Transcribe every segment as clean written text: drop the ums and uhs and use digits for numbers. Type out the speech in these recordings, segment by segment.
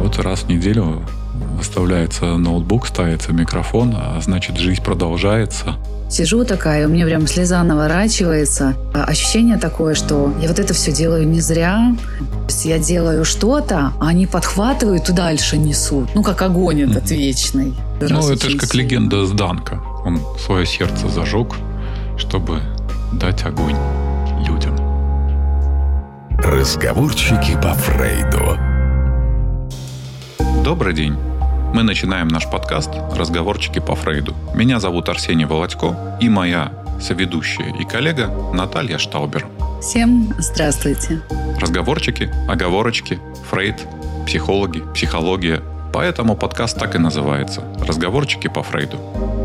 вот раз в неделю выставляется ноутбук, ставится микрофон, а значит, жизнь продолжается. Сижу такая, у меня прям слеза наворачивается. Ощущение такое, что я вот это все делаю не зря. То есть я делаю что-то, а они подхватывают и дальше несут. Ну, как огонь этот вечный. Ну, это же как легенда с Данка. Он свое сердце зажег, чтобы дать огонь людям. Разговорчики по Фрейду. Добрый день. Мы начинаем наш подкаст «Разговорчики по Фрейду». Меня зовут Арсений Володько и моя соведущая и коллега Наталья Штаубер. Всем здравствуйте. Разговорчики, оговорочки, Фрейд, психологи, психология. Поэтому подкаст так и называется «Разговорчики по Фрейду».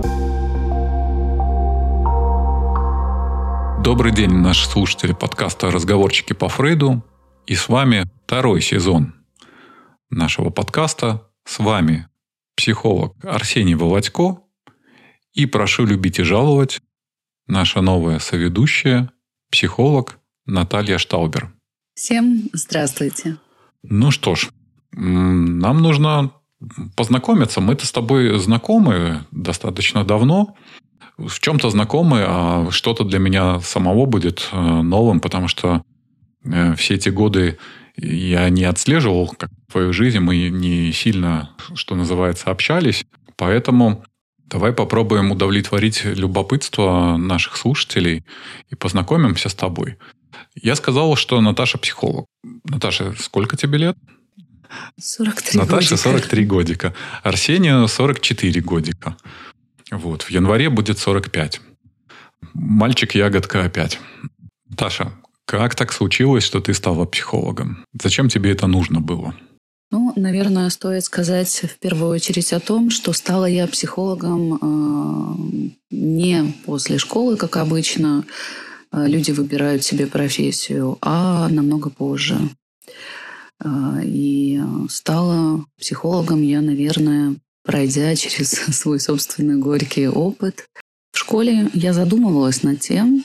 Добрый день, наши слушатели подкаста «Разговорчики по Фрейду». И с вами второй сезон нашего подкаста. С вами психолог Арсений Володько. И прошу любить и жаловать, наша новая соведущая, психолог Наталья Штаубер. Всем здравствуйте. Ну что ж, нам нужно познакомиться. Мы-то с тобой знакомы достаточно давно. В чем-то знакомы, а что-то для меня самого будет новым, потому что все эти годы я не отслеживал как твою жизнь, мы не сильно, что называется, общались. Поэтому давай попробуем удовлетворить любопытство наших слушателей и познакомимся с тобой. Я сказал, что Наташа психолог. Наташа, сколько тебе лет? 43 Наташа годика. 43 годика. Арсению 44 годика. Вот. В январе будет 45. Мальчик-ягодка опять. Наташа, как так случилось, что ты стала психологом? Зачем тебе это нужно было? Ну, наверное, стоит сказать в первую очередь о том, что стала я психологом не после школы, как обычно. Люди выбирают себе профессию, а намного позже. И стала психологом я, наверное, пройдя через свой собственный горький опыт. В школе я задумывалась над тем,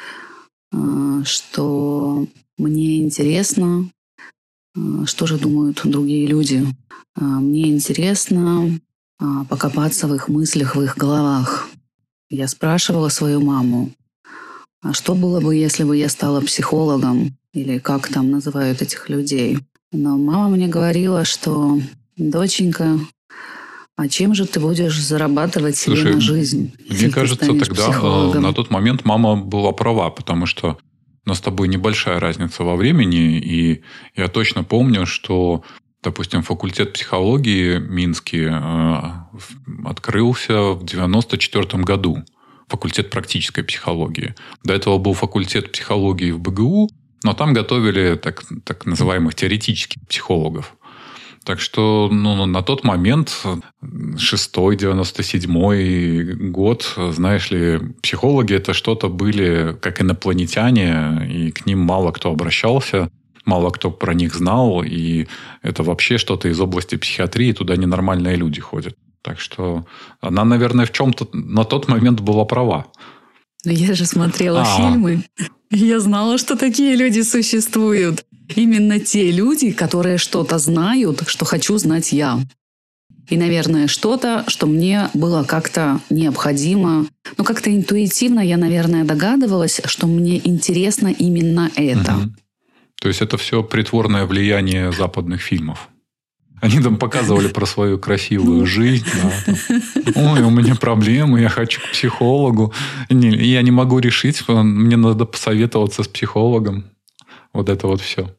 что мне интересно, что же думают другие люди. Мне интересно покопаться в их мыслях, в их головах. Я спрашивала свою маму, а что было бы, если бы я стала психологом, или как там называют этих людей. Но мама мне говорила, что, доченька, а чем же ты будешь зарабатывать себе на жизнь? Мне кажется, тогда на тот момент мама была права, потому что у нас с тобой небольшая разница во времени, и я точно помню, что, допустим, факультет психологии Минский открылся в 1994 году. Факультет практической психологии. До этого был факультет психологии в БГУ, но там готовили так называемых теоретических психологов. Так что на тот момент, 6-й, 97-й год, знаешь ли, психологи это что-то были как инопланетяне, и к ним мало кто обращался, мало кто про них знал, и это вообще что-то из области психиатрии, туда ненормальные люди ходят. Так что она, наверное, в чем-то на тот момент была права. Я же смотрела фильмы, я знала, что такие люди существуют. Именно те люди, которые что-то знают, что хочу знать я. И, наверное, что-то, что мне было как-то необходимо. Но как-то интуитивно я, наверное, догадывалась, что мне интересно именно это. Угу. То есть это все притворное влияние западных фильмов. Они там показывали про свою красивую жизнь. Да, ой, у меня проблемы, я хочу к психологу. Я не могу решить, мне надо посоветоваться с психологом. Вот это вот все.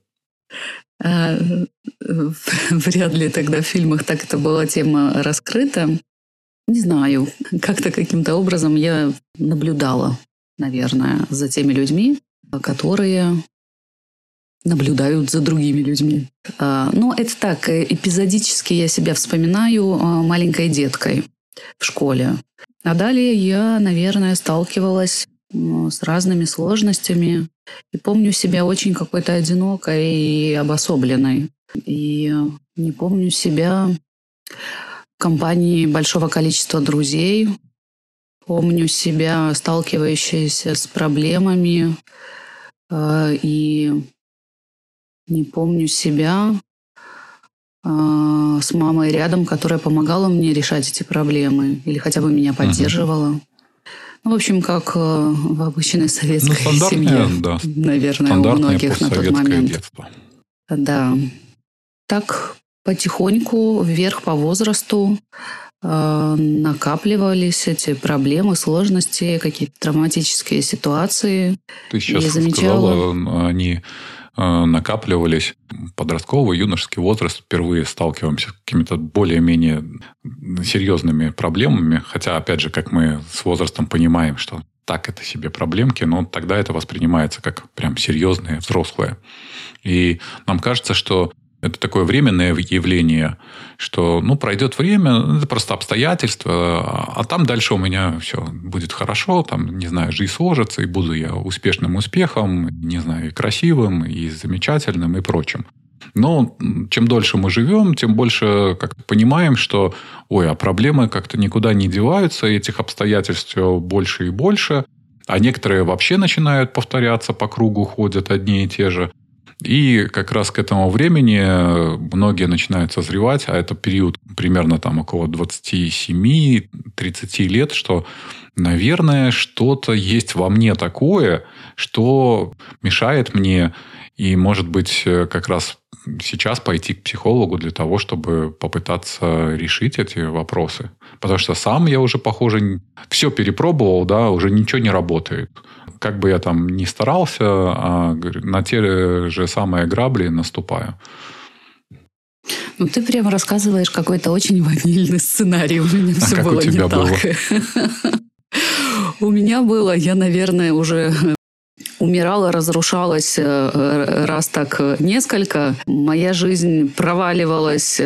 Вряд ли тогда в фильмах так это была тема раскрыта. Не знаю. Как-то каким-то образом я наблюдала, наверное, за теми людьми, которые наблюдают за другими людьми. Но это так, эпизодически я себя вспоминаю маленькой деткой в школе. А далее я, наверное, сталкивалась с разными сложностями. И помню себя очень какой-то одинокой и обособленной. И не помню себя в компании большого количества друзей. Помню себя сталкивающейся с проблемами. И не помню себя с мамой рядом, которая помогала мне решать эти проблемы или хотя бы меня поддерживала. Ну, в общем, как в обычной советской семье, да. наверное, у многих на тот момент. Детство. Да. Так потихоньку вверх по возрасту накапливались эти проблемы, сложности, какие-то травматические ситуации. Ты сейчас сказала, они накапливались. Подростковый, юношеский возраст, впервые сталкиваемся с какими-то более-менее серьезными проблемами. Хотя, опять же, как мы с возрастом понимаем, что так это себе проблемки, но тогда это воспринимается как прям серьезные, взрослые. И нам кажется, что это такое временное явление, что пройдет время, это просто обстоятельства, а там дальше у меня все будет хорошо, там, не знаю, жизнь сложится, и буду я успешным успехом, не знаю, и красивым, и замечательным, и прочим. Но чем дольше мы живем, тем больше как-то понимаем, что а проблемы как-то никуда не деваются, этих обстоятельств все больше и больше, а некоторые вообще начинают повторяться, по кругу ходят одни и те же. И как раз к этому времени многие начинают созревать, а это период примерно там около 27-30 лет, что, наверное, что-то есть во мне такое, что мешает мне, и, может быть, как раз сейчас пойти к психологу для того, чтобы попытаться решить эти вопросы. Потому что сам я уже, похоже, все перепробовал, да, уже ничего не работает. Как бы я там ни старался, на те же самые грабли наступаю. Ты прямо рассказываешь какой-то очень ванильный сценарий. У меня все было не так. У меня было, я, наверное, уже умирала, разрушалась раз так несколько. Моя жизнь проваливалась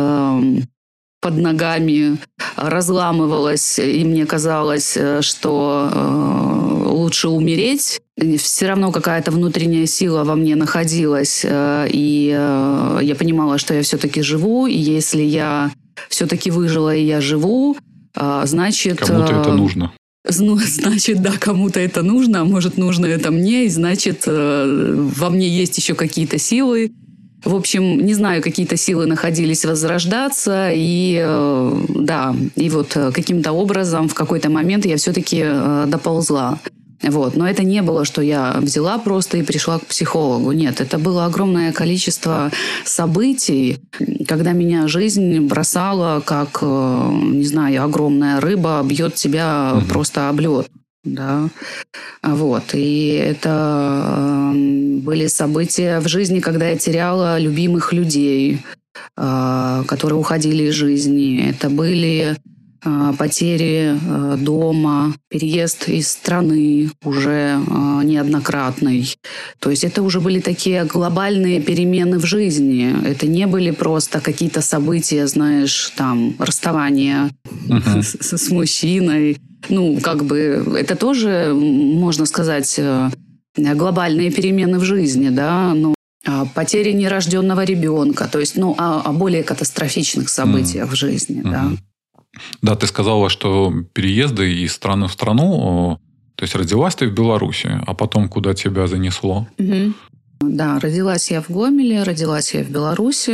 под ногами, разламывалась, и мне казалось, что лучше умереть. Все равно какая-то внутренняя сила во мне находилась, и я понимала, что я все-таки живу, и если я все-таки выжила, и я живу, значит... Кому-то это нужно. Значит, да, кому-то это нужно, а может, нужно это мне, и значит, во мне есть еще какие-то силы. В общем, не знаю, какие-то силы находились возрождаться, и да, и вот каким-то образом в какой-то момент я все-таки доползла. Вот. Но это не было, что я взяла просто и пришла к психологу. Нет, это было огромное количество событий, когда меня жизнь бросала, как, не знаю, огромная рыба бьет тебя просто об лед. Да, вот. И это были события в жизни, когда я теряла любимых людей, которые уходили из жизни. Это были потери дома, переезд из страны уже неоднократный. То есть это уже были такие глобальные перемены в жизни. Это не были просто какие-то события, знаешь, там, расставание с мужчиной. Это тоже, можно сказать, глобальные перемены в жизни, да, потери нерожденного ребенка, то есть, о более катастрофичных событиях в жизни, да. Да, ты сказала, что переезды из страны в страну, то есть родилась ты в Беларуси, а потом куда тебя занесло? Да, родилась я в Гомеле, родилась я в Беларуси,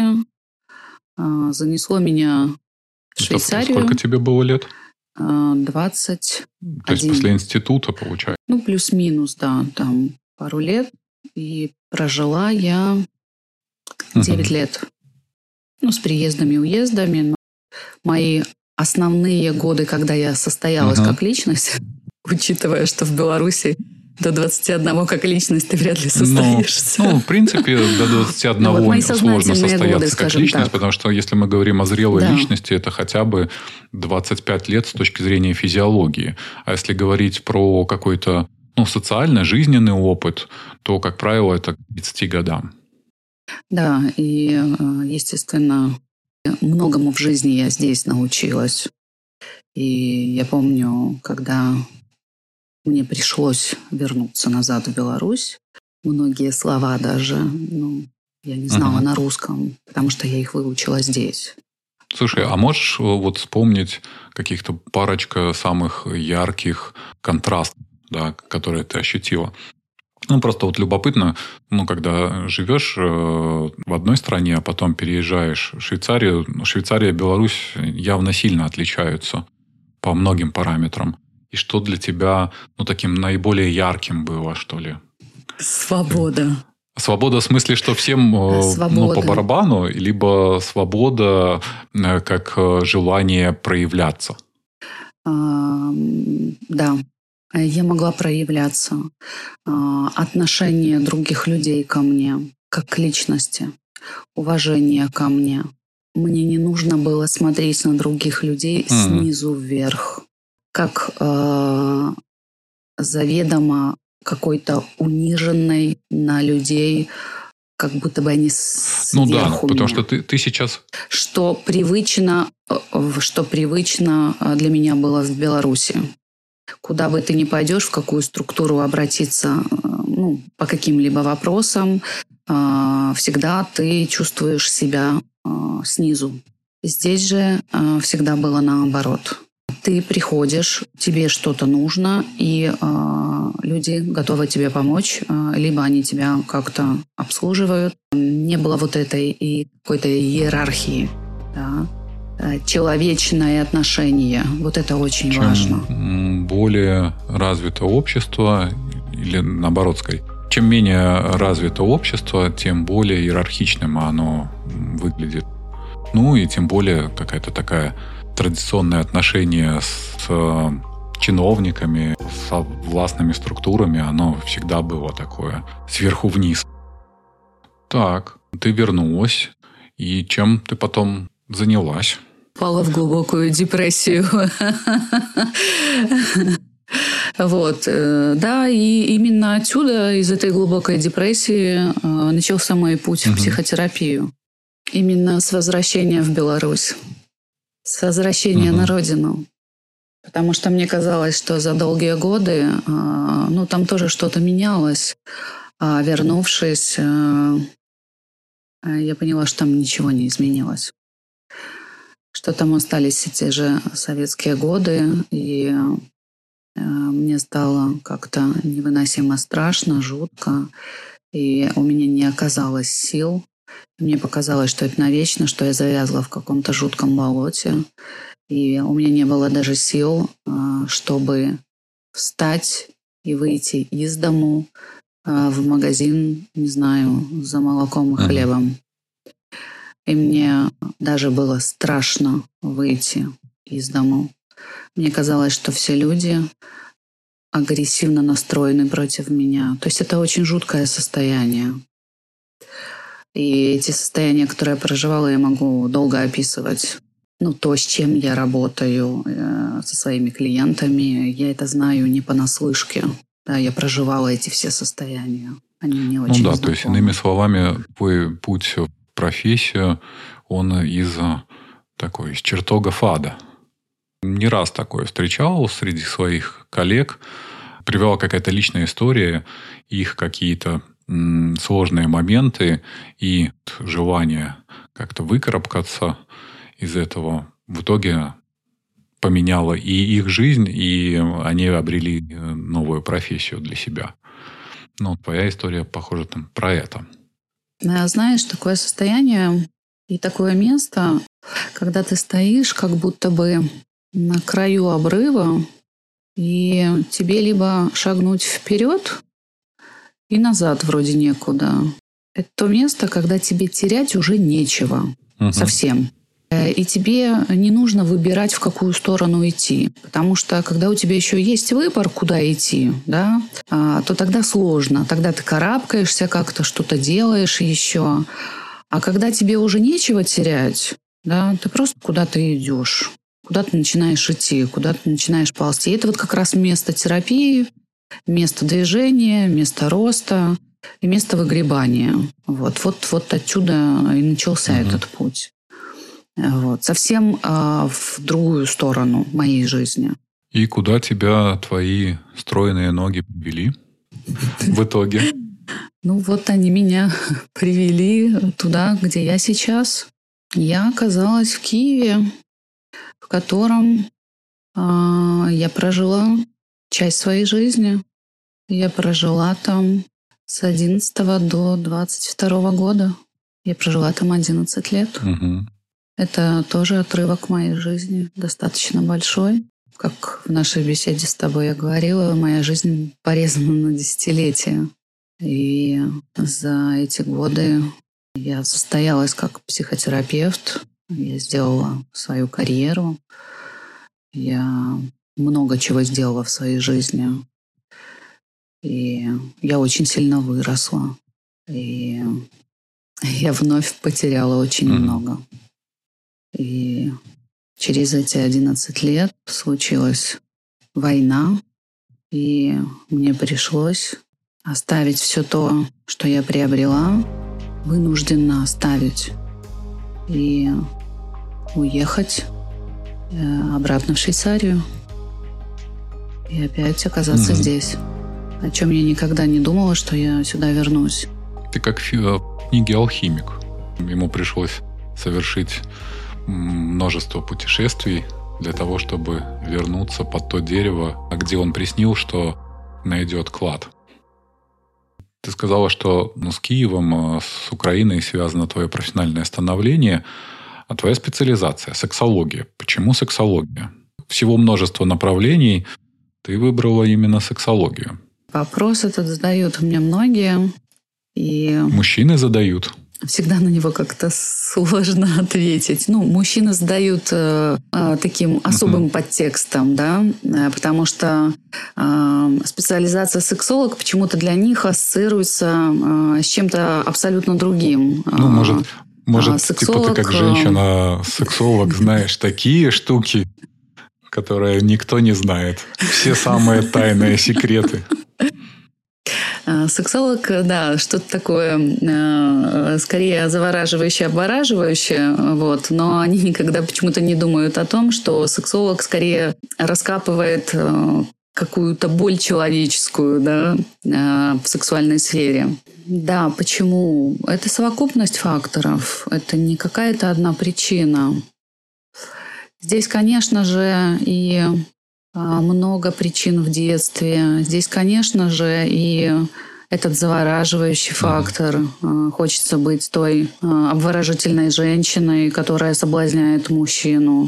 занесло меня в Швейцарию. Сколько тебе было лет? 21. То есть после института, получается? Плюс-минус, да, там пару лет. И прожила я 9 лет. С приездами и уездами. Но мои основные годы, когда я состоялась как личность, учитывая, что в Беларуси до 21 как личность ты вряд ли состоишься. В принципе, до 21 сложно состояться как личность, потому что если мы говорим о зрелой личности, это хотя бы 25 лет с точки зрения физиологии. А если говорить про какой-то социальный, жизненный опыт, то, как правило, это к 30 годам. Да, и, естественно, многому в жизни я здесь научилась. И я помню, когда мне пришлось вернуться назад в Беларусь, многие слова даже, я не знала на русском, потому что я их выучила здесь. Слушай, а можешь вспомнить каких-то парочка самых ярких контрастов, да, которые ты ощутила? Ну, просто вот любопытно, ну, когда живешь в одной стране, а потом переезжаешь в Швейцарию, Швейцария и Беларусь явно сильно отличаются по многим параметрам. И что для тебя, ну, таким наиболее ярким было, что ли? Свобода. Свобода в смысле, что всем ну, по барабану, либо свобода как желание проявляться? Да. Я могла проявляться. Отношение других людей ко мне, как к личности, уважение ко мне. Мне не нужно было смотреть на других людей снизу вверх, как заведомо какой-то униженной на людей, как будто бы они сверху Ну да, меня. потому что ты сейчас... Что привычно для меня было в Беларуси. Куда бы ты ни пойдешь, в какую структуру обратиться, ну, по каким-либо вопросам, всегда ты чувствуешь себя снизу. Здесь же всегда было наоборот. Ты приходишь, тебе что-то нужно, и люди готовы тебе помочь, либо они тебя как-то обслуживают. Не было вот этой и какой-то иерархии, да. Человечное отношение. Вот это очень важно. Чем более развито общество, или наоборот сказать, чем менее развито общество, тем более иерархичным оно выглядит. Ну и тем более какая-то такая традиционное отношение с чиновниками, со властными структурами, оно всегда было такое сверху вниз. Так, ты вернулась, и чем ты потом занялась? Пала в глубокую депрессию. Вот, да, и именно отсюда, из этой глубокой депрессии, начался мой путь в психотерапию. Именно с возвращения в Беларусь, с возвращения на родину. Потому что мне казалось, что за долгие годы, ну, там тоже что-то менялось. А вернувшись, я поняла, что там ничего не изменилось. Что там остались те же советские годы, и мне стало как-то невыносимо страшно, жутко, и у меня не оказалось сил. Мне показалось, что это навечно, что я завязла в каком-то жутком болоте, и у меня не было даже сил, чтобы встать и выйти из дому в магазин, не знаю, за молоком и хлебом. И мне даже было страшно выйти из дому. Мне казалось, что все люди агрессивно настроены против меня. То есть это очень жуткое состояние. И эти состояния, которые я проживала, я могу долго описывать. Ну, то, с чем я работаю со своими клиентами, я это знаю не понаслышке. Да, я проживала эти все состояния. Они мне очень знакомы. То есть, иными словами, твой путь в профессию, он из чертогов ада. Не раз такое встречал среди своих коллег. Привела какая-то личная история, их какие-то сложные моменты и желание как-то выкарабкаться из этого в итоге поменяло и их жизнь, и они обрели новую профессию для себя. Ну, твоя история, похоже, там про это. Знаешь, такое состояние и такое место, когда ты стоишь как будто бы на краю обрыва, и тебе либо шагнуть вперед, и назад вроде некуда. Это то место, когда тебе терять уже нечего совсем. И тебе не нужно выбирать, в какую сторону идти. Потому что, когда у тебя еще есть выбор, куда идти, да, то тогда сложно. Тогда ты карабкаешься как-то, что-то делаешь еще. А когда тебе уже нечего терять, да, ты просто куда-то идешь. Куда ты начинаешь идти, куда ты начинаешь ползти. И это вот как раз место терапии, место движения, место роста и место выгребания. Вот отсюда и начался этот путь. Вот. Совсем в другую сторону моей жизни. И куда тебя твои стройные ноги привели в итоге? Ну вот они меня привели туда, где я сейчас. Я оказалась в Киеве, в котором я прожила часть своей жизни. Я прожила там С 11 до 22 года. Я прожила там 11 лет. Угу. Это тоже отрывок моей жизни, достаточно большой. Как в нашей беседе с тобой я говорила, моя жизнь порезана на десятилетия. И за эти годы я состоялась как психотерапевт. Я сделала свою карьеру. Я много чего сделала в своей жизни. И я очень сильно выросла. И я вновь потеряла очень много. И через эти 11 лет случилась война, и мне пришлось оставить все то, что я приобрела, вынужденно оставить и уехать обратно в Швейцарию и опять оказаться здесь. О чем я никогда не думала, что я сюда вернусь. Ты как в книге «Алхимик». Ему пришлось совершить множество путешествий для того, чтобы вернуться под то дерево, где он приснил, что найдет клад. Ты сказала, что с Киевом, с Украиной связано твое профессиональное становление, а твоя специализация – сексология. Почему сексология? Всего множество направлений, ты выбрала именно сексологию. Вопрос этот задают мне многие. И мужчины задают. Всегда на него как-то сложно ответить. Мужчины задают таким особым подтекстом, да, потому что специализация сексолог почему-то для них ассоциируется с чем-то абсолютно другим. Может, сексолог, типа ты как женщина-сексолог знаешь такие штуки, которые никто не знает. Все самые тайные секреты. Сексолог, да, что-то такое скорее завораживающее, обвораживающее, но они никогда почему-то не думают о том, что сексолог скорее раскапывает какую-то боль человеческую, да, в сексуальной сфере. Да, почему? Это совокупность факторов, это не какая-то одна причина. Здесь, конечно же, и много причин в детстве. Здесь, конечно же, и этот завораживающий фактор. Хочется быть той обворожительной женщиной, которая соблазняет мужчину.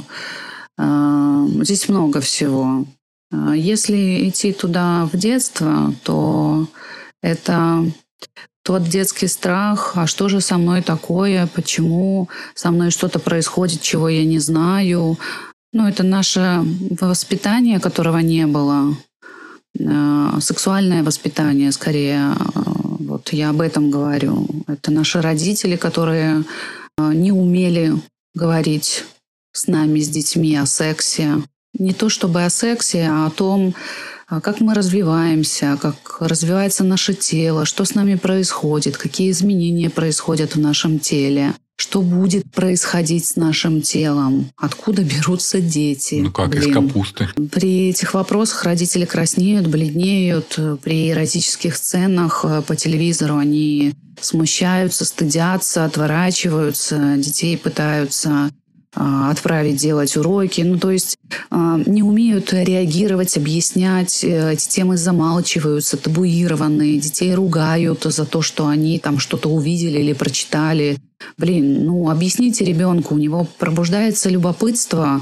Здесь много всего. Если идти туда в детство, то это тот детский страх, а что же со мной такое, почему со мной что-то происходит, чего я не знаю. Это наше воспитание, которого не было. Сексуальное воспитание, скорее. Я об этом говорю. Это наши родители, которые не умели говорить с нами, с детьми о сексе. Не то чтобы о сексе, а о том, как мы развиваемся, как развивается наше тело, что с нами происходит, какие изменения происходят в нашем теле. Что будет происходить с нашим телом? Откуда берутся дети? Из капусты. При этих вопросах родители краснеют, бледнеют. При эротических сценах по телевизору они смущаются, стыдятся, отворачиваются. Детей пытаются отправить делать уроки. То есть не умеют реагировать, объяснять. Эти темы замалчиваются, табуированные. Детей ругают за то, что они там что-то увидели или прочитали. Объясните ребенку, у него пробуждается любопытство.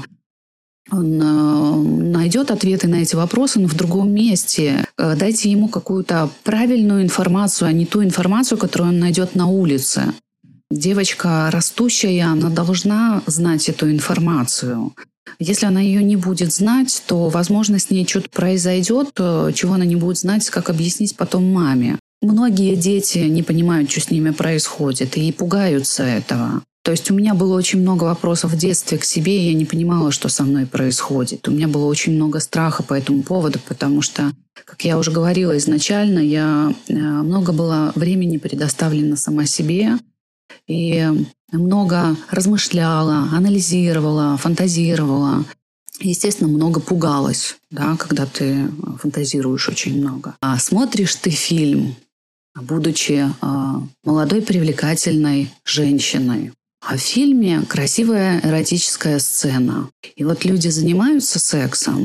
Он найдет ответы на эти вопросы, но в другом месте. Дайте ему какую-то правильную информацию, а не ту информацию, которую он найдет на улице. Девочка растущая, она должна знать эту информацию. Если она ее не будет знать, то, возможно, с ней что-то произойдет, чего она не будет знать, как объяснить потом маме. Многие дети не понимают, что с ними происходит, и пугаются этого. То есть у меня было очень много вопросов в детстве к себе, и я не понимала, что со мной происходит. У меня было очень много страха по этому поводу, потому что, как я уже говорила изначально, я много было времени предоставлена сама себе, и много размышляла, анализировала, фантазировала. Естественно, много пугалась, да, когда ты фантазируешь очень много. А смотришь ты фильм, будучи молодой привлекательной женщиной. А в фильме красивая эротическая сцена. И люди занимаются сексом,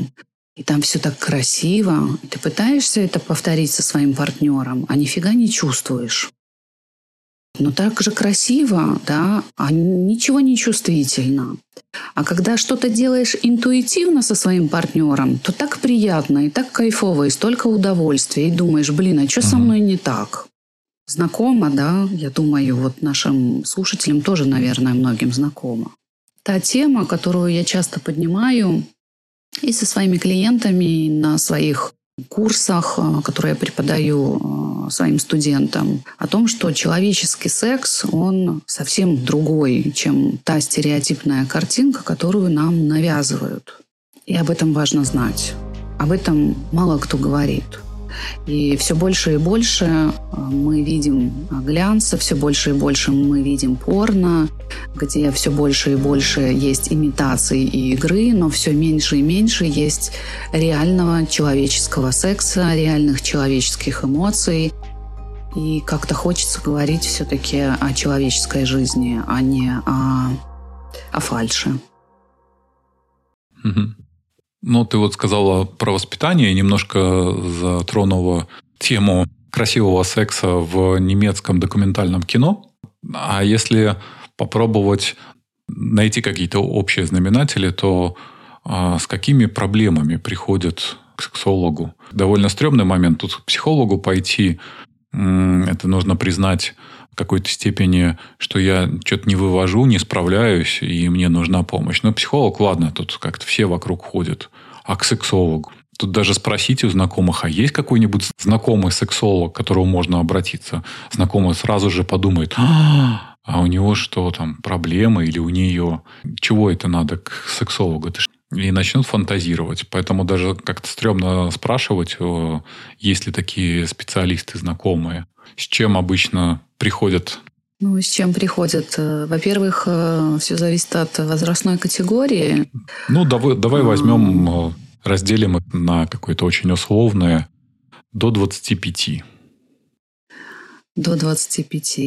и там все так красиво, и ты пытаешься это повторить со своим партнером, а нифига не чувствуешь. Но так же красиво, да, а ничего не чувствительно. А когда что-то делаешь интуитивно со своим партнером, то так приятно и так кайфово, и столько удовольствия. И думаешь, блин, а что со мной не так? Знакомо, да? Я думаю, вот нашим слушателям тоже, наверное, многим знакомо. Та тема, которую я часто поднимаю и со своими клиентами, и на своих курсах, которые я преподаю своим студентам, о том, что человеческий секс, он совсем другой, чем та стереотипная картинка, которую нам навязывают. И об этом важно знать. Об этом мало кто говорит. И все больше и больше мы видим глянца, все больше и больше мы видим порно, где все больше и больше есть имитаций и игры, но все меньше и меньше есть реального человеческого секса, реальных человеческих эмоций. И как-то хочется говорить все-таки о человеческой жизни, а не о фальше. Угу. Ну, ты вот сказала про воспитание и немножко затронула тему красивого секса в немецком документальном кино. А если попробовать найти какие-то общие знаменатели, то с какими проблемами приходят к сексологу? Довольно стрёмный момент. Тут к психологу пойти, это нужно признать в какой-то степени, что я что-то не вывожу, не справляюсь, и мне нужна помощь. Но психолог, ладно, тут как-то все вокруг ходят. А к сексологу? Тут даже спросите у знакомых, а есть какой-нибудь знакомый сексолог, к которому можно обратиться? Знакомый сразу же подумает, а у него что там, проблемы или у нее? Чего это надо к сексологу? И начнут фантазировать. Поэтому даже как-то стрёмно спрашивать, есть ли такие специалисты знакомые. С чем обычно приходят? Ну, с чем приходят? Во-первых, все зависит от возрастной категории. Ну, давай возьмем, разделим их на какое-то очень условное до 25. До 25.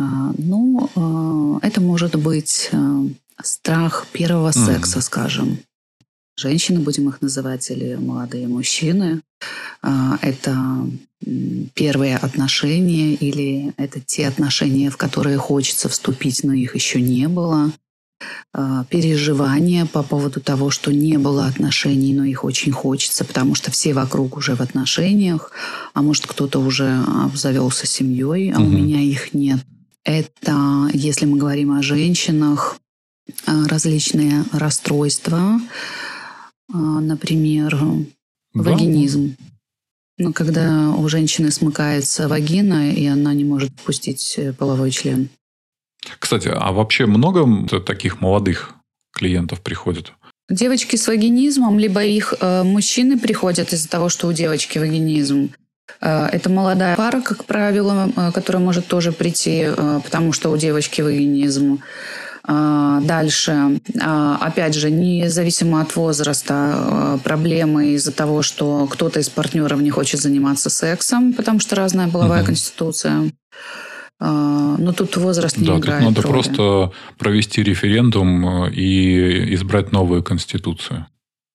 Это может быть страх первого секса, скажем. Женщины, будем их называть, или молодые мужчины. Это первые отношения или это те отношения, в которые хочется вступить, но их еще не было. Переживания по поводу того, что не было отношений, но их очень хочется, потому что все вокруг уже в отношениях, а может кто-то уже обзавелся семьей, а у меня их нет. Это, если мы говорим о женщинах, различные расстройства, например, вагинизм. Ну, когда у женщины смыкается вагина, и она не может впустить половой член. Кстати, а вообще много таких молодых клиентов приходит? Девочки с вагинизмом, либо их мужчины приходят из-за того, что у девочки вагинизм. Это молодая пара, как правило, которая может тоже прийти, потому что у девочки вагинизм. Дальше, опять же, независимо от возраста, проблемы из-за того, что кто-то из партнеров не хочет заниматься сексом, потому что разная половая конституция. Но тут возраст не играет роли. Надо просто провести референдум и избрать новую конституцию.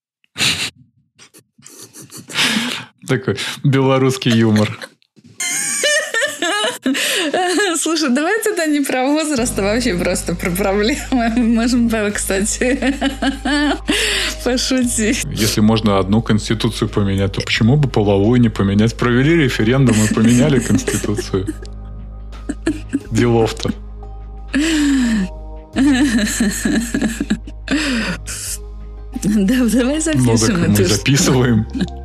Такой белорусский юмор. Слушай, давай тогда не про возраст, а вообще просто про проблемы. Можем, кстати, пошутить. Если можно одну конституцию поменять, то почему бы половую не поменять? Провели референдум и поменяли конституцию. Делов-то. Давай запишем это. Мы записываем.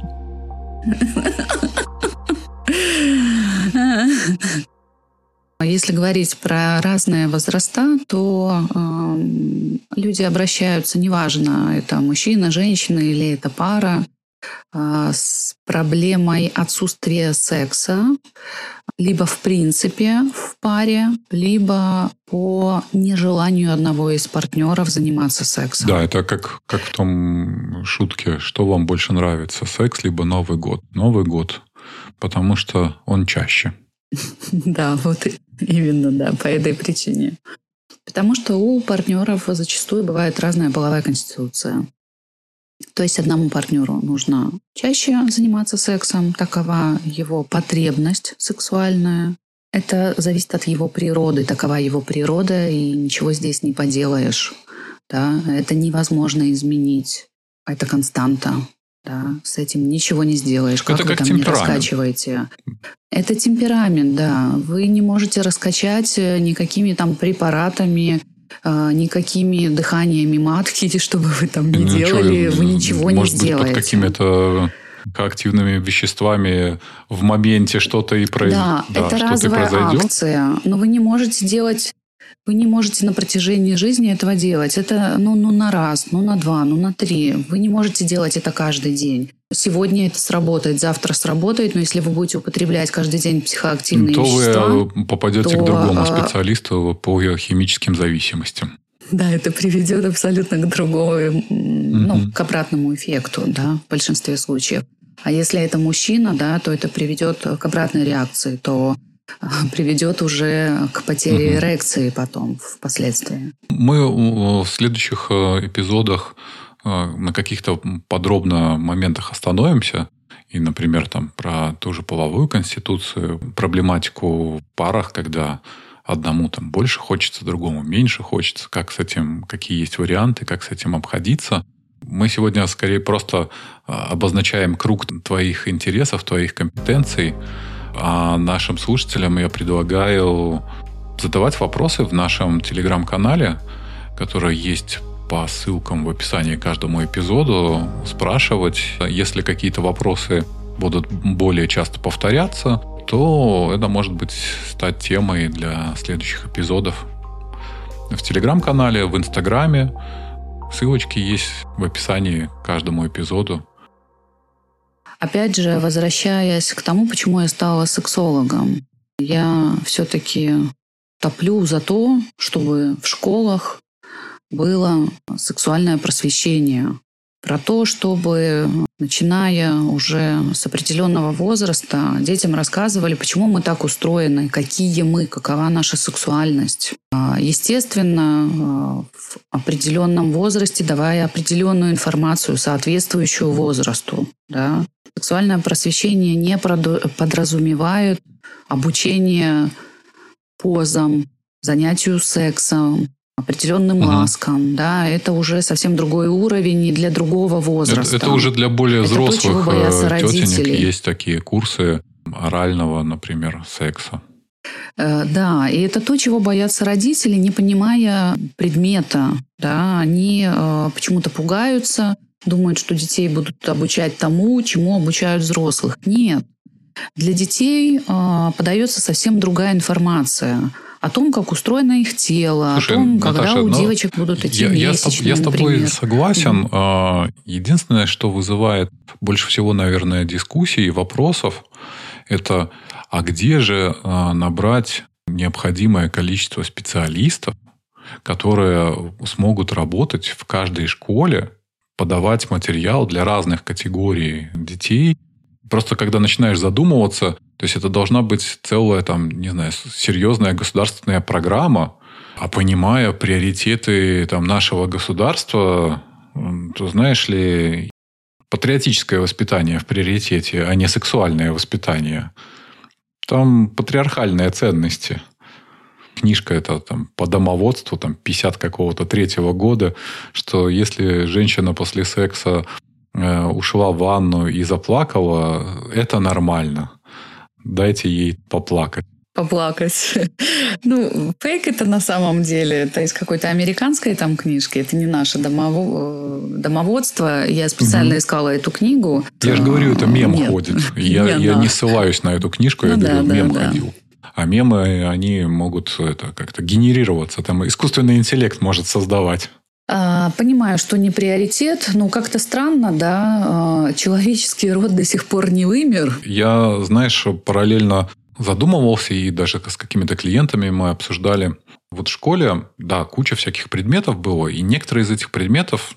Если говорить про разные возраста, то люди обращаются, неважно, это мужчина, женщина или это пара, с проблемой отсутствия секса, либо в принципе в паре, либо по нежеланию одного из партнеров заниматься сексом. Да, это как в том шутке, что вам больше нравится, секс либо Новый год? Новый год, потому что он чаще. Да, вот именно, да, по этой причине. Потому что у партнеров зачастую бывает разная половая конституция. То есть одному партнеру нужно чаще заниматься сексом, такова его потребность сексуальная. Это зависит от его природы, такова его природа, и ничего здесь не поделаешь. Да? Это невозможно изменить. Это константа. Да? С этим ничего не сделаешь. Как вы там не раскачиваете. Это темперамент, да. Вы не можете раскачать никакими там препаратами, никакими дыханиями матки, чтобы вы там не делали, вы ничего не сделаете. Может быть, под какими-то активными веществами в моменте что-то и произойдет. Да, это разовая акция, но вы не можете делать, вы не можете на протяжении жизни этого делать. Это на раз, на два, на три. Вы не можете делать это каждый день. Сегодня это сработает, завтра сработает, но если вы будете употреблять каждый день психоактивные вещества, то вы попадете к другому специалисту по химическим зависимостям. Да, это приведет абсолютно к другому, к обратному эффекту, да, в большинстве случаев. А если это мужчина, да, то это приведет к обратной реакции, то приведет уже к потере эрекции потом, впоследствии. Мы в следующих эпизодах на каких-то подробно моментах остановимся. И, например, там, про ту же половую конституцию, проблематику в парах, когда одному там больше хочется, другому меньше хочется, как с этим, какие есть варианты, как с этим обходиться. Мы сегодня скорее просто обозначаем круг твоих интересов, твоих компетенций. А нашим слушателям я предлагаю задавать вопросы в нашем телеграм-канале, который есть по ссылкам в описании к каждому эпизоду, спрашивать. Если какие-то вопросы будут более часто повторяться, то это может быть стать темой для следующих эпизодов. В телеграм-канале, в инстаграме. Ссылочки есть в описании к каждому эпизоду. Опять же, возвращаясь к тому, почему я стала сексологом, я все-таки топлю за то, чтобы в школах было сексуальное просвещение. Про то, чтобы, начиная уже с определенного возраста, детям рассказывали, почему мы так устроены, какие мы, какова наша сексуальность. Естественно, в определенном возрасте давая определенную информацию, соответствующую возрасту. Да. Сексуальное просвещение не подразумевает обучение позам, занятию сексом, определенным ласкам, да, это уже совсем другой уровень и для другого возраста. Это уже для более взрослых тетенек родители. Есть такие курсы орального, например, секса. Да, и это то, чего боятся родители, не понимая предмета. Да, они почему-то пугаются, думают, что детей будут обучать тому, чему обучают взрослых. Нет. Для детей подается совсем другая информация о том, как устроено их тело, о том, Наташа, когда у девочек будут идти месячные, Я с тобой согласен. Единственное, что вызывает больше всего, наверное, дискуссий и вопросов, это а где же набрать необходимое количество специалистов, которые смогут работать в каждой школе, подавать материал для разных категорий детей. Просто когда начинаешь задумываться, то есть это должна быть целая, там, не знаю, серьезная государственная программа, а понимая приоритеты там, нашего государства, то, знаешь ли, патриотическое воспитание в приоритете, а не сексуальное воспитание. Там патриархальные ценности. Книжка эта там, по домоводству, там, 50 какого-то 3-го года, что если женщина после секса ушла в ванну и заплакала, это нормально. Дайте ей поплакать. Поплакать. Фейк это на самом деле. Это из какой-то американской там книжки. Это не наше домоводство. Я специально искала эту книгу. Я же говорю, это мем ходит. Я не ссылаюсь на эту книжку, я говорю, мем ходил. А мемы, они могут как-то генерироваться. Там искусственный интеллект может создавать. Понимаю, что не приоритет, но как-то странно, да, человеческий род до сих пор не вымер. Я, знаешь, параллельно задумывался, и даже с какими-то клиентами мы обсуждали. Вот в школе, да, куча всяких предметов было, и некоторые из этих предметов,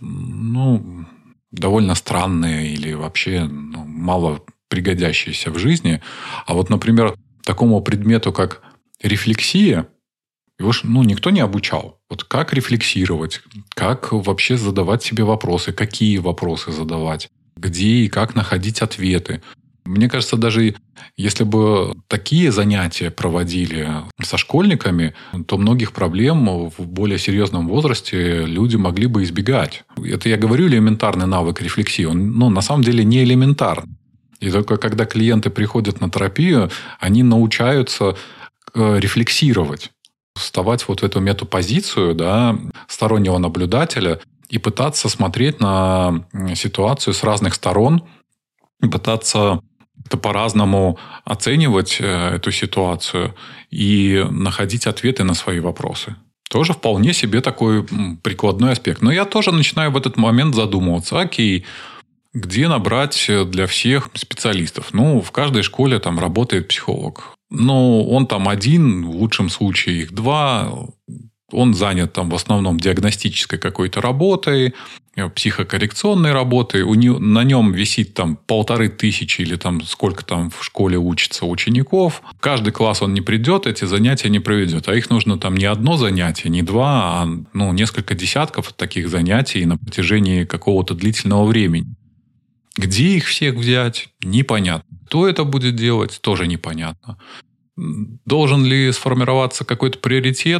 довольно странные или вообще мало пригодящиеся в жизни. А вот, например, такому предмету, как рефлексия, Его никто не обучал. Вот как рефлексировать, как вообще задавать себе вопросы, какие вопросы задавать, где и как находить ответы. Мне кажется, даже если бы такие занятия проводили со школьниками, то многих проблем в более серьезном возрасте люди могли бы избегать. Это я говорю элементарный навык рефлексии. Он, на самом деле не элементарный. И только когда клиенты приходят на терапию, они научаются рефлексировать, вставать вот в эту метапозицию, да, стороннего наблюдателя и пытаться смотреть на ситуацию с разных сторон, пытаться по-разному оценивать эту ситуацию и находить ответы на свои вопросы. Тоже вполне себе такой прикладной аспект. Но я тоже начинаю в этот момент задумываться. Окей, где набрать для всех специалистов? В каждой школе там работает психолог. Он там один, в лучшем случае их два. Он занят там в основном диагностической какой-то работой, психокоррекционной работой. На нем висит там 1500 или там сколько там в школе учится учеников. В каждый класс он не придет, эти занятия не проведет. А их нужно там не одно занятие, не два, а несколько десятков таких занятий на протяжении какого-то длительного времени. Где их всех взять? Непонятно. Кто это будет делать? Тоже непонятно. Должен ли сформироваться какой-то приоритет?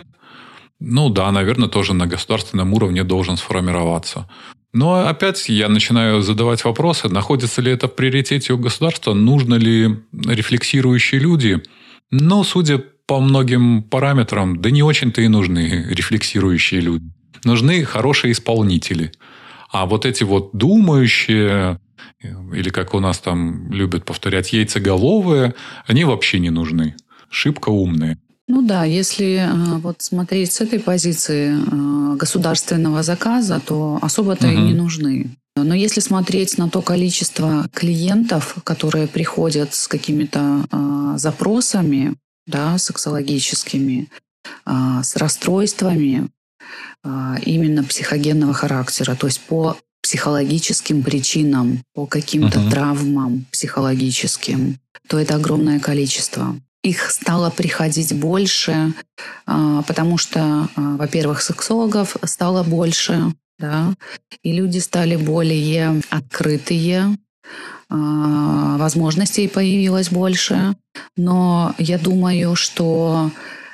Да, наверное, тоже на государственном уровне должен сформироваться. Но опять я начинаю задавать вопросы, находится ли это в приоритете у государства, нужны ли рефлексирующие люди. Судя по многим параметрам, да не очень-то и нужны рефлексирующие люди. Нужны хорошие исполнители. А вот эти вот думающие, или как у нас там любят повторять, яйцеголовые, они вообще не нужны. Шибко умные. Если вот смотреть с этой позиции государственного заказа, то особо-то и не нужны. Но если смотреть на то количество клиентов, которые приходят с какими-то запросами, да, сексологическими, с расстройствами именно психогенного характера, то есть по психологическим причинам, по каким-то травмам психологическим, то это огромное количество. Их стало приходить больше, потому что, во-первых, сексологов стало больше, да, и люди стали более открытые, возможностей появилось больше. Но я думаю, что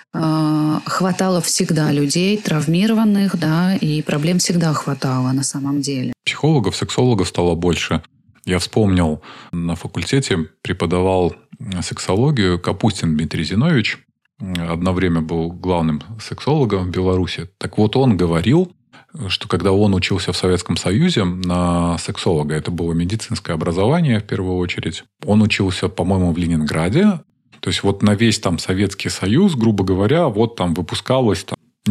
хватало всегда людей травмированных, да, и проблем всегда хватало на самом деле. Психологов, сексологов стало больше. Я вспомнил, на факультете преподавал сексологию Капустин Дмитрий Зинович. Одно время был главным сексологом в Беларуси. Так вот, он говорил, что когда он учился в Советском Союзе на сексолога, это было медицинское образование в первую очередь, он учился, по-моему, в Ленинграде. То есть, вот на весь там Советский Союз, грубо говоря, вот там выпускалось,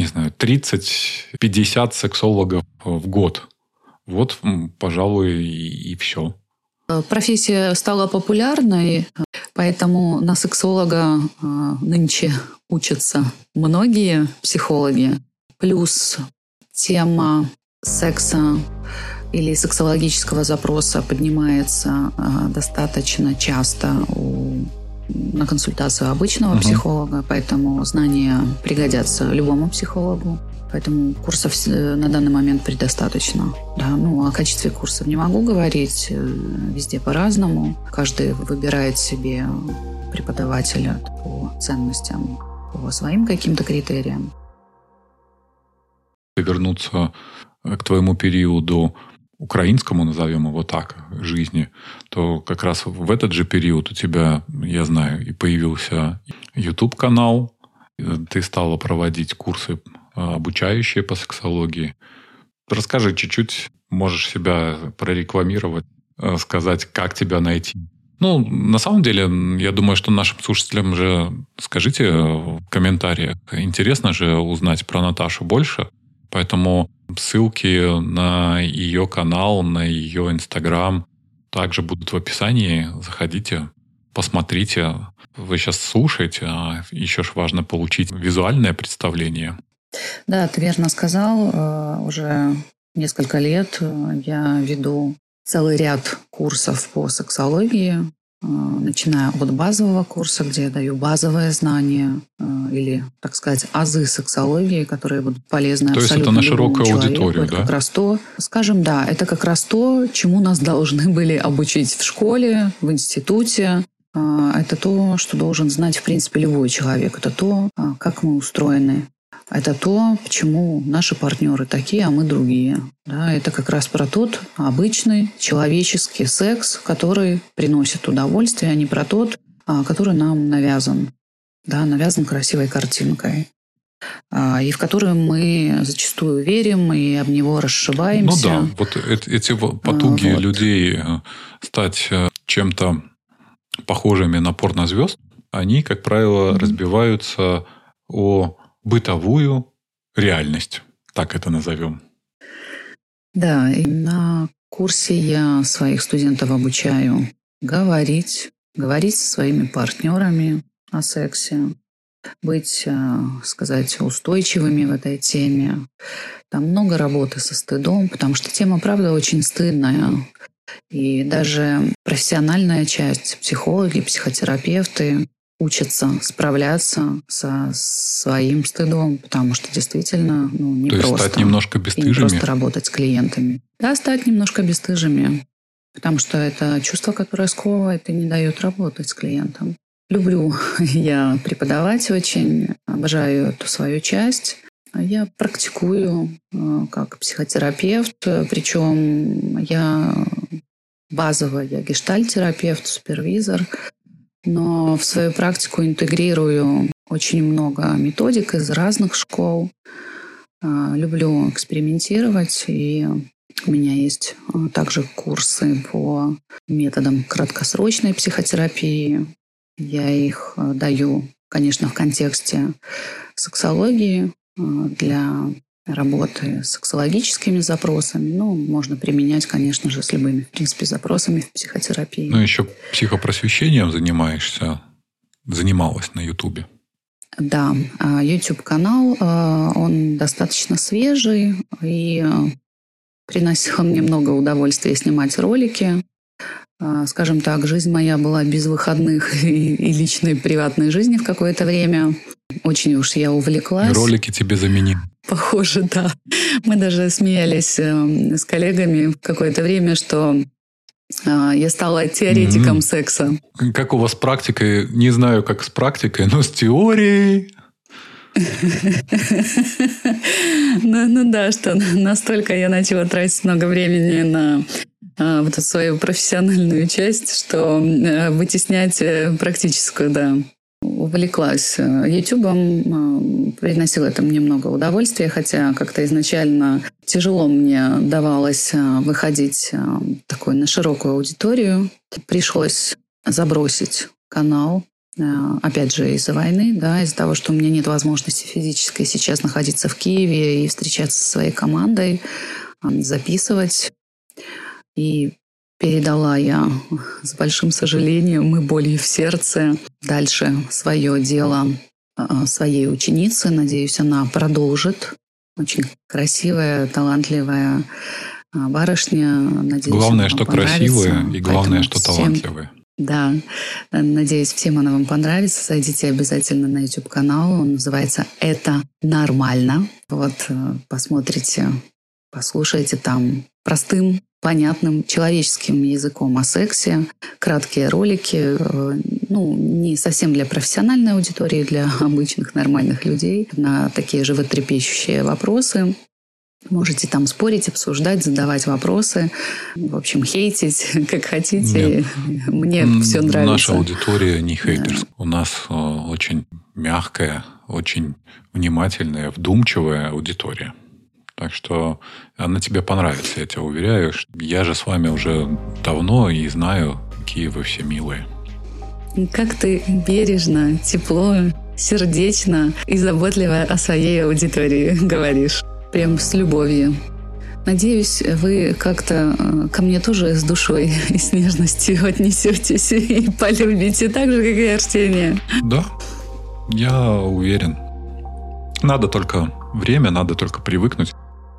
30-50 сексологов в год. Вот, пожалуй, и все. Профессия стала популярной, поэтому на сексолога нынче учатся многие психологи. Плюс тема секса или сексологического запроса поднимается достаточно часто на консультацию обычного психолога, поэтому знания пригодятся любому психологу. Поэтому курсов на данный момент предостаточно. Да, о качестве курсов не могу говорить. Везде по-разному. Каждый выбирает себе преподавателя по ценностям, по своим каким-то критериям. Вернуться к твоему периоду украинскому, назовем его так, жизни, то как раз в этот же период у тебя, я знаю, и появился YouTube-канал, ты стала проводить курсы обучающие по сексологии. Расскажи чуть-чуть, можешь себя прорекламировать, сказать, как тебя найти. На самом деле, я думаю, что нашим слушателям же скажите в комментариях. Интересно же узнать про Наташу больше. Поэтому ссылки на ее канал, на ее Инстаграм также будут в описании. Заходите, посмотрите. Вы сейчас слушаете, а еще ж важно получить визуальное представление. Да, ты верно сказал. Уже несколько лет я веду целый ряд курсов по сексологии. начиная от базового курса, где я даю базовые знания или, так сказать, азы сексологии, которые будут полезны то абсолютно есть это на любому широкую человеку. аудиторию, Это да? как раз то, скажем, да, это как раз то, чему нас должны были обучить в школе, в институте. Это то, что должен знать, в принципе, любой человек. Это то, как мы устроены. Это то, почему наши партнеры такие, а мы другие. Да, это как раз про тот обычный человеческий секс, который приносит удовольствие, а не про тот, который нам навязан. Да, навязан красивой картинкой. И в который мы зачастую верим и об него расшибаемся. Ну да, вот эти потуги людей стать чем-то похожими на порнозвезд, они, как правило, разбиваются о бытовую реальность, так это назовем. Да, и на курсе я своих студентов обучаю говорить со своими партнерами о сексе, быть, сказать, устойчивыми в этой теме. Там много работы со стыдом, потому что тема, правда, очень стыдная. И даже профессиональная часть, психологи, психотерапевты учатся справляться со своим стыдом, потому что действительно не То просто. есть стать немножко бесстыжими? И не просто работать с клиентами. Да, стать немножко бесстыжими, потому что это чувство, которое сковывает и не дает работать с клиентом. Люблю я преподавать очень, обожаю эту свою часть. Я практикую как психотерапевт, причем я гештальт-терапевт, супервизор, но в свою практику интегрирую очень много методик из разных школ. Люблю экспериментировать, и у меня есть также курсы по методам краткосрочной психотерапии. Я их даю, конечно, в контексте сексологии для работы с сексологическими запросами. Можно применять, конечно же, с любыми, в принципе, запросами в психотерапии. Ну, еще психопросвещением занималась на Ютубе. Да, YouTube-канал, он достаточно свежий, и приносил мне много удовольствия снимать ролики. Скажем так, жизнь моя была без выходных и личной приватной жизни в какое-то время. Очень уж я увлеклась. И ролики тебе заменили. Похоже, да. Мы даже смеялись с коллегами в какое-то время, что я стала теоретиком секса. Как у вас с практикой? Не знаю, как с практикой, но с теорией. Ну да, что настолько я начала тратить много времени на вот эту свою профессиональную часть, что вытеснять практическую, да. Увлеклась Ютубом, приносило это мне много удовольствия, хотя как-то изначально тяжело мне давалось выходить такой на широкую аудиторию. Пришлось забросить канал, опять же, из-за войны, да, из-за того, что у меня нет возможности физической сейчас находиться в Киеве и встречаться со своей командой, записывать. И передала я с большим сожалением и болью в сердце дальше свое дело своей ученице. Надеюсь, она продолжит. Очень красивая, талантливая барышня. Надеюсь, главное, что понравится. Красивая, и главное, Поэтому что всем, талантливая. Да. Надеюсь, всем она вам понравится. Зайдите обязательно на YouTube-канал. Он называется «Это нормально». Вот, посмотрите, послушайте там простым, понятным человеческим языком о сексе, краткие ролики, не совсем для профессиональной аудитории, для обычных нормальных людей, на такие животрепещущие вопросы. Можете там спорить, обсуждать, задавать вопросы, в общем, хейтить, как хотите. Нет. Мне все нравится. Наша аудитория не хейтерская. У нас очень мягкая, очень внимательная, вдумчивая аудитория. Так что она тебе понравится, я тебя уверяю. Я же с вами уже давно и знаю, какие вы все милые. Как ты бережно, тепло, сердечно и заботливо о своей аудитории говоришь. Прям с любовью. Надеюсь, вы как-то ко мне тоже с душой и с нежностью отнесетесь и полюбите так же, как и Арсения. Да, я уверен. Надо только время, надо только привыкнуть.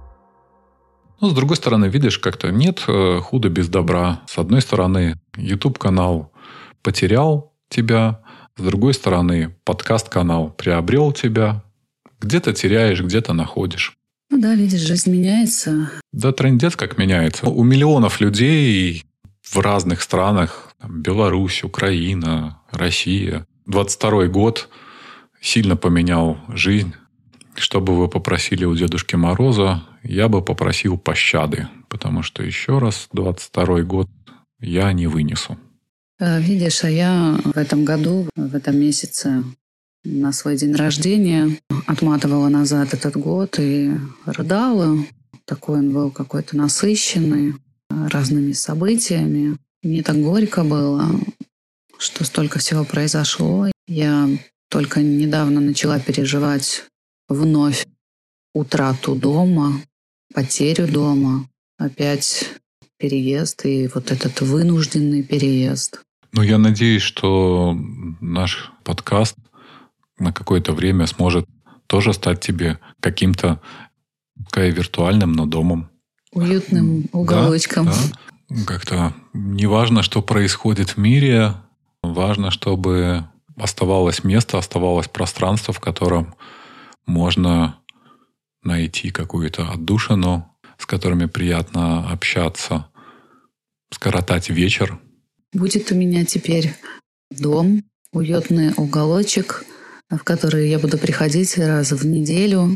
Но, с другой стороны, видишь, как-то нет худа без добра. С одной стороны, YouTube-канал потерял тебя, с другой стороны, подкаст-канал приобрел тебя. Где-то теряешь, где-то находишь. Ну да, видишь, жизнь меняется. Да, трындец как меняется. У миллионов людей в разных странах, Беларусь, Украина, Россия, 22-й год сильно поменял жизнь. Что бы вы попросили у Дедушки Мороза, я бы попросил пощады. Потому что, еще раз, 22-й год я не вынесу. Видишь, а я в этом году, в этом месяце, на свой день рождения отматывала назад этот год и рыдала. Такой он был какой-то насыщенный разными событиями. Мне так горько было, что столько всего произошло. Я только недавно начала переживать вновь утрату дома, потерю дома, опять переезд и вот этот вынужденный переезд. Ну, я надеюсь, что наш подкаст на какое-то время сможет тоже стать тебе каким-то виртуальным, но домом. Уютным уголочком. Да. Как-то не важно, что происходит в мире, важно, чтобы оставалось место, оставалось пространство, в котором можно найти какую-то отдушину, с которыми приятно общаться, скоротать вечер. Будет у меня теперь дом, уютный уголочек, в который я буду приходить раз в неделю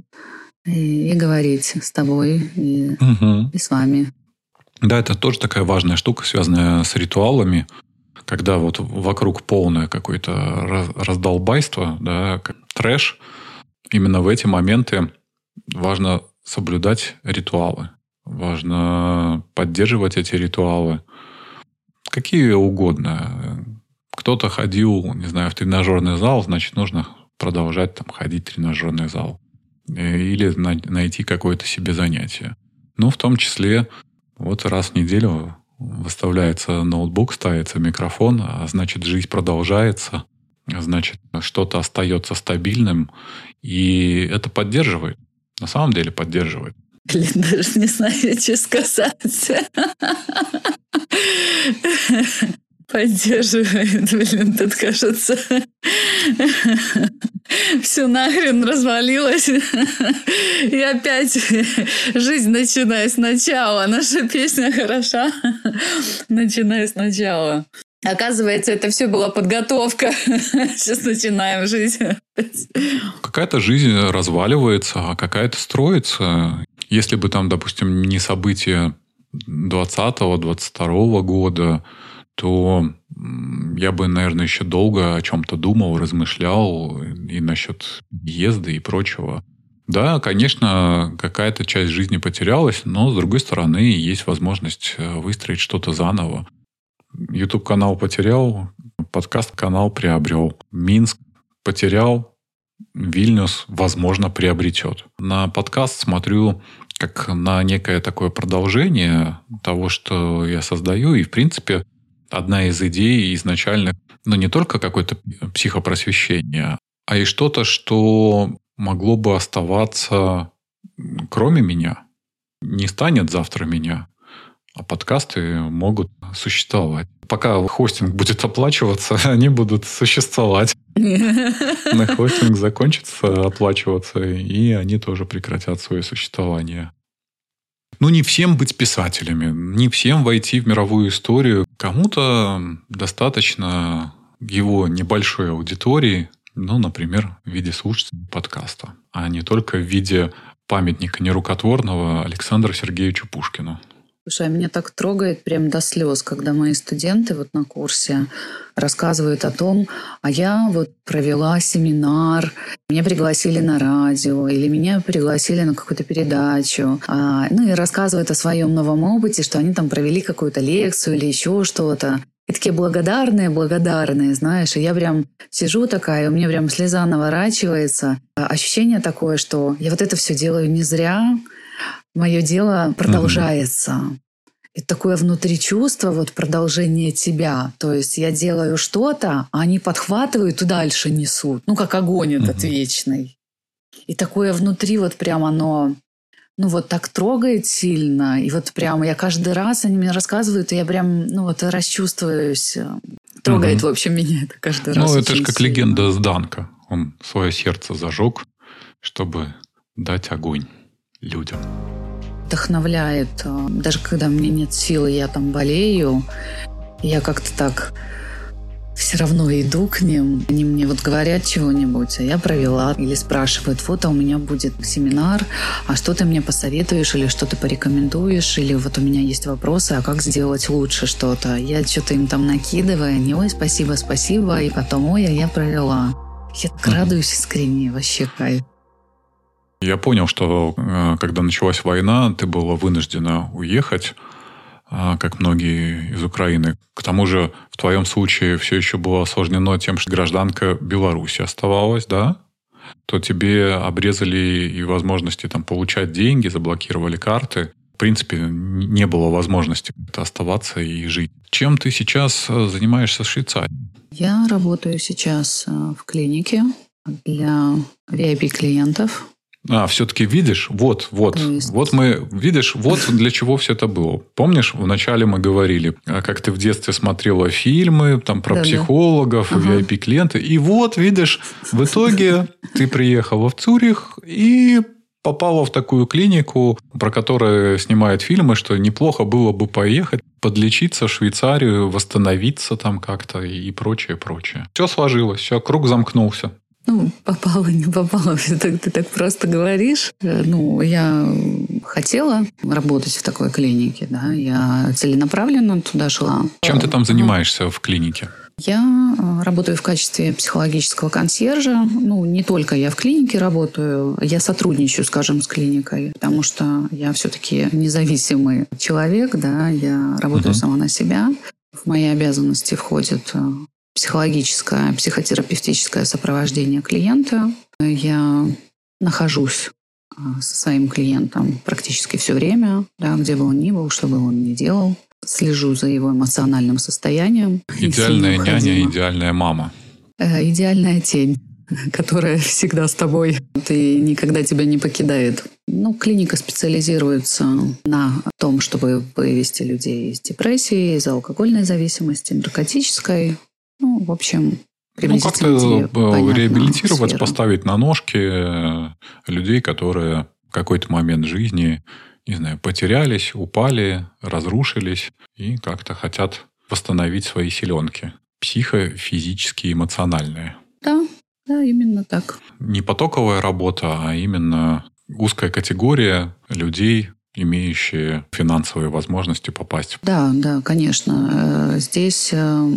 и говорить с тобой и с вами. Да, это тоже такая важная штука, связанная с ритуалами, когда вот вокруг полное какое-то раздолбайство, да, трэш. Именно в эти моменты важно соблюдать ритуалы. Важно поддерживать эти ритуалы. Какие угодно. Кто-то ходил, не знаю, в тренажерный зал, значит, нужно продолжать там ходить в тренажерный зал. Или найти какое-то себе занятие. Ну, в том числе, вот раз в неделю выставляется ноутбук, ставится микрофон, а значит, жизнь продолжается, значит, что-то остается стабильным, и это поддерживает. На самом деле поддерживает. Блин, даже не знаю, что сказать. Поддерживает, блин, тут, кажется, все нахрен развалилось. И опять жизнь, начиная сначала. Наша песня хороша, начиная сначала. Оказывается, это все была подготовка. Сейчас начинаем жить. Какая-то жизнь разваливается, а какая-то строится. Если бы там, допустим, не события 2020-2022 года, то я бы, наверное, еще долго о чем-то думал, размышлял и насчет езды и прочего. Да, конечно, какая-то часть жизни потерялась, но, с другой стороны, есть возможность выстроить что-то заново. YouTube-канал потерял, подкаст-канал приобрел. Минск потерял, Вильнюс, возможно, приобретет. На подкаст смотрю как на некое такое продолжение того, что я создаю. И, в принципе, одна из идей изначально, не только какое-то психопросвещение, а и что-то, что могло бы оставаться кроме меня. Не станет завтра меня, а подкасты могут существовать. Пока хостинг будет оплачиваться, они будут существовать. На хостинг закончится оплачиваться, и они тоже прекратят свое существование. Не всем быть писателями, не всем войти в мировую историю. Кому-то достаточно его небольшой аудитории, например, в виде слушателей подкаста, а не только в виде памятника нерукотворного Александру Сергеевичу Пушкину. Слушай, меня так трогает прям до слез, когда мои студенты вот на курсе рассказывают о том, а я вот провела семинар, меня пригласили на радио или меня пригласили на какую-то передачу, и рассказывают о своем новом опыте, что они там провели какую-то лекцию или еще что-то. И такие благодарные, знаешь. И я прям сижу такая, и у меня прям слеза наворачивается. Ощущение такое, что я вот это все делаю не зря, мое дело продолжается. И такое внутри чувство, вот продолжение тебя. То есть я делаю что-то, а они подхватывают и дальше несут. Как огонь этот вечный. И такое внутри вот прям оно, вот так трогает сильно. И вот прям я каждый раз, они мне рассказывают, и я прям, расчувствуюсь. Трогает, в общем, меня это каждый раз. Ну, это же как сильно. легенда Зданка. Он свое сердце зажег, чтобы дать огонь людям. Вдохновляет. Даже когда мне нет силы, я там болею, я как-то так все равно иду к ним. Они мне вот говорят чего-нибудь, а я провела. Или спрашивают, вот, а у меня будет семинар, а что ты мне посоветуешь, или что ты порекомендуешь, или вот у меня есть вопросы, а как сделать лучше что-то. Я что-то им там накидываю, они, ой, спасибо, и потом, ой, а я провела. Я так радуюсь искренне, вообще кайф. Я понял, что когда началась война, ты была вынуждена уехать, как многие из Украины. К тому же в твоем случае все еще было осложнено тем, что гражданка Беларуси оставалась, да? То тебе обрезали и возможности там получать деньги, заблокировали карты. В принципе, не было возможности оставаться и жить. Чем ты сейчас занимаешься в Швейцарии? Я работаю сейчас в клинике для VIP-клиентов. Все-таки видишь, вот для чего все это было. Помнишь, вначале мы говорили, как ты в детстве смотрела фильмы там, про психологов, VIP-клиенты. И вот, видишь, в итоге ты приехала в Цюрих и попала в такую клинику, про которую снимают фильмы, что неплохо было бы поехать, подлечиться в Швейцарию, восстановиться там как-то и прочее. Все сложилось, все, круг замкнулся. Ну, попала, не попала, ты так просто говоришь. Ну, я хотела работать в такой клинике, да, я целенаправленно туда шла. Чем ты там занимаешься в клинике? Я работаю в качестве психологического консьержа. Ну, не только я в клинике работаю, я сотрудничаю, скажем, с клиникой, потому что я все-таки независимый человек, да, я работаю сама на себя. В мои обязанности входит психологическое, психотерапевтическое сопровождение клиента. Я нахожусь со своим клиентом практически все время, да, где бы он ни был, что бы он ни делал. Слежу за его эмоциональным состоянием. Идеальная няня, идеальная мама. Идеальная тень, которая всегда с тобой и никогда тебя не покидает. Ну, клиника специализируется на том, чтобы вывести людей из депрессии, из алкогольной зависимости, наркотической. Ну, в общем, приблизительно как-то реабилитировать, сфера. Поставить на ножки людей, которые в какой-то момент жизни, не знаю, потерялись, упали, разрушились и как-то хотят восстановить свои силенки. Психо-физические, эмоциональные. Да, именно так. Не потоковая работа, а именно узкая категория людей, имеющие финансовые возможности попасть. Да, конечно. Здесь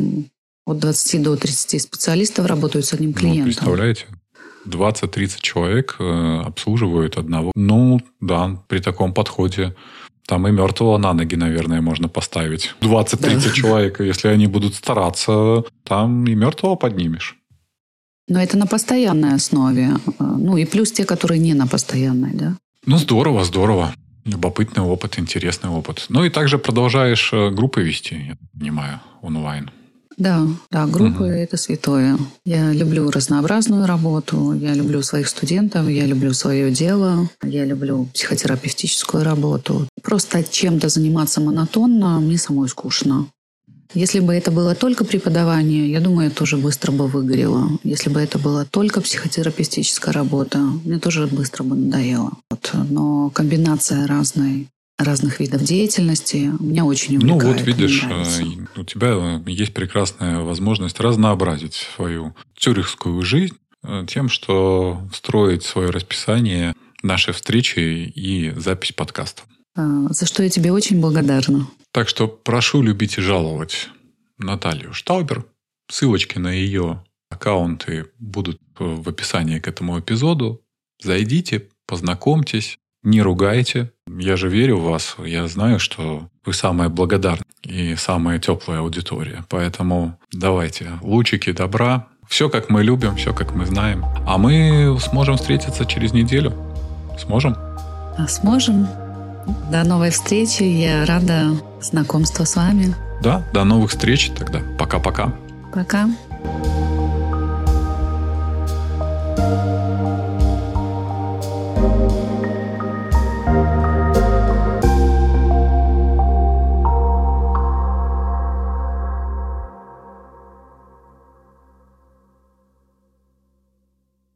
от 20 до 30 специалистов работают с одним клиентом. Представляете? 20-30 человек обслуживают одного. Ну, да, при таком подходе там и мертвого на ноги, наверное, можно поставить. 20-30 человек, если они будут стараться, там и мертвого поднимешь. Но это на постоянной основе. Ну, и плюс те, которые не на постоянной, да? Ну, здорово. Любопытный опыт, интересный опыт. Ну, и также продолжаешь группы вести, я понимаю, онлайн. Да, группы – это святое. Я люблю разнообразную работу, я люблю своих студентов, я люблю свое дело, я люблю психотерапевтическую работу. Просто чем-то заниматься монотонно мне самой скучно. Если бы это было только преподавание, я думаю, я тоже быстро бы выгорела. Если бы это была только психотерапевтическая работа, мне тоже быстро бы надоело. Но комбинация разных видов деятельности меня очень увлекает. Ну вот видишь, у тебя есть прекрасная возможность разнообразить свою цюрихскую жизнь тем, что встроить в свое расписание наши встречи и запись подкаста. За что я тебе очень благодарна. Так что прошу любить и жаловать Наталью Штаубер. Ссылочки на ее аккаунты будут в описании к этому эпизоду. Зайдите, познакомьтесь. Не ругайте. Я же верю в вас. Я знаю, что вы самая благодарная и самая теплая аудитория. Поэтому давайте лучики добра. Все, как мы любим, все, как мы знаем. А мы сможем встретиться через неделю. Сможем? Сможем. До новой встречи. Я рада знакомству с вами. Да, до новых встреч тогда. Пока-пока. Пока.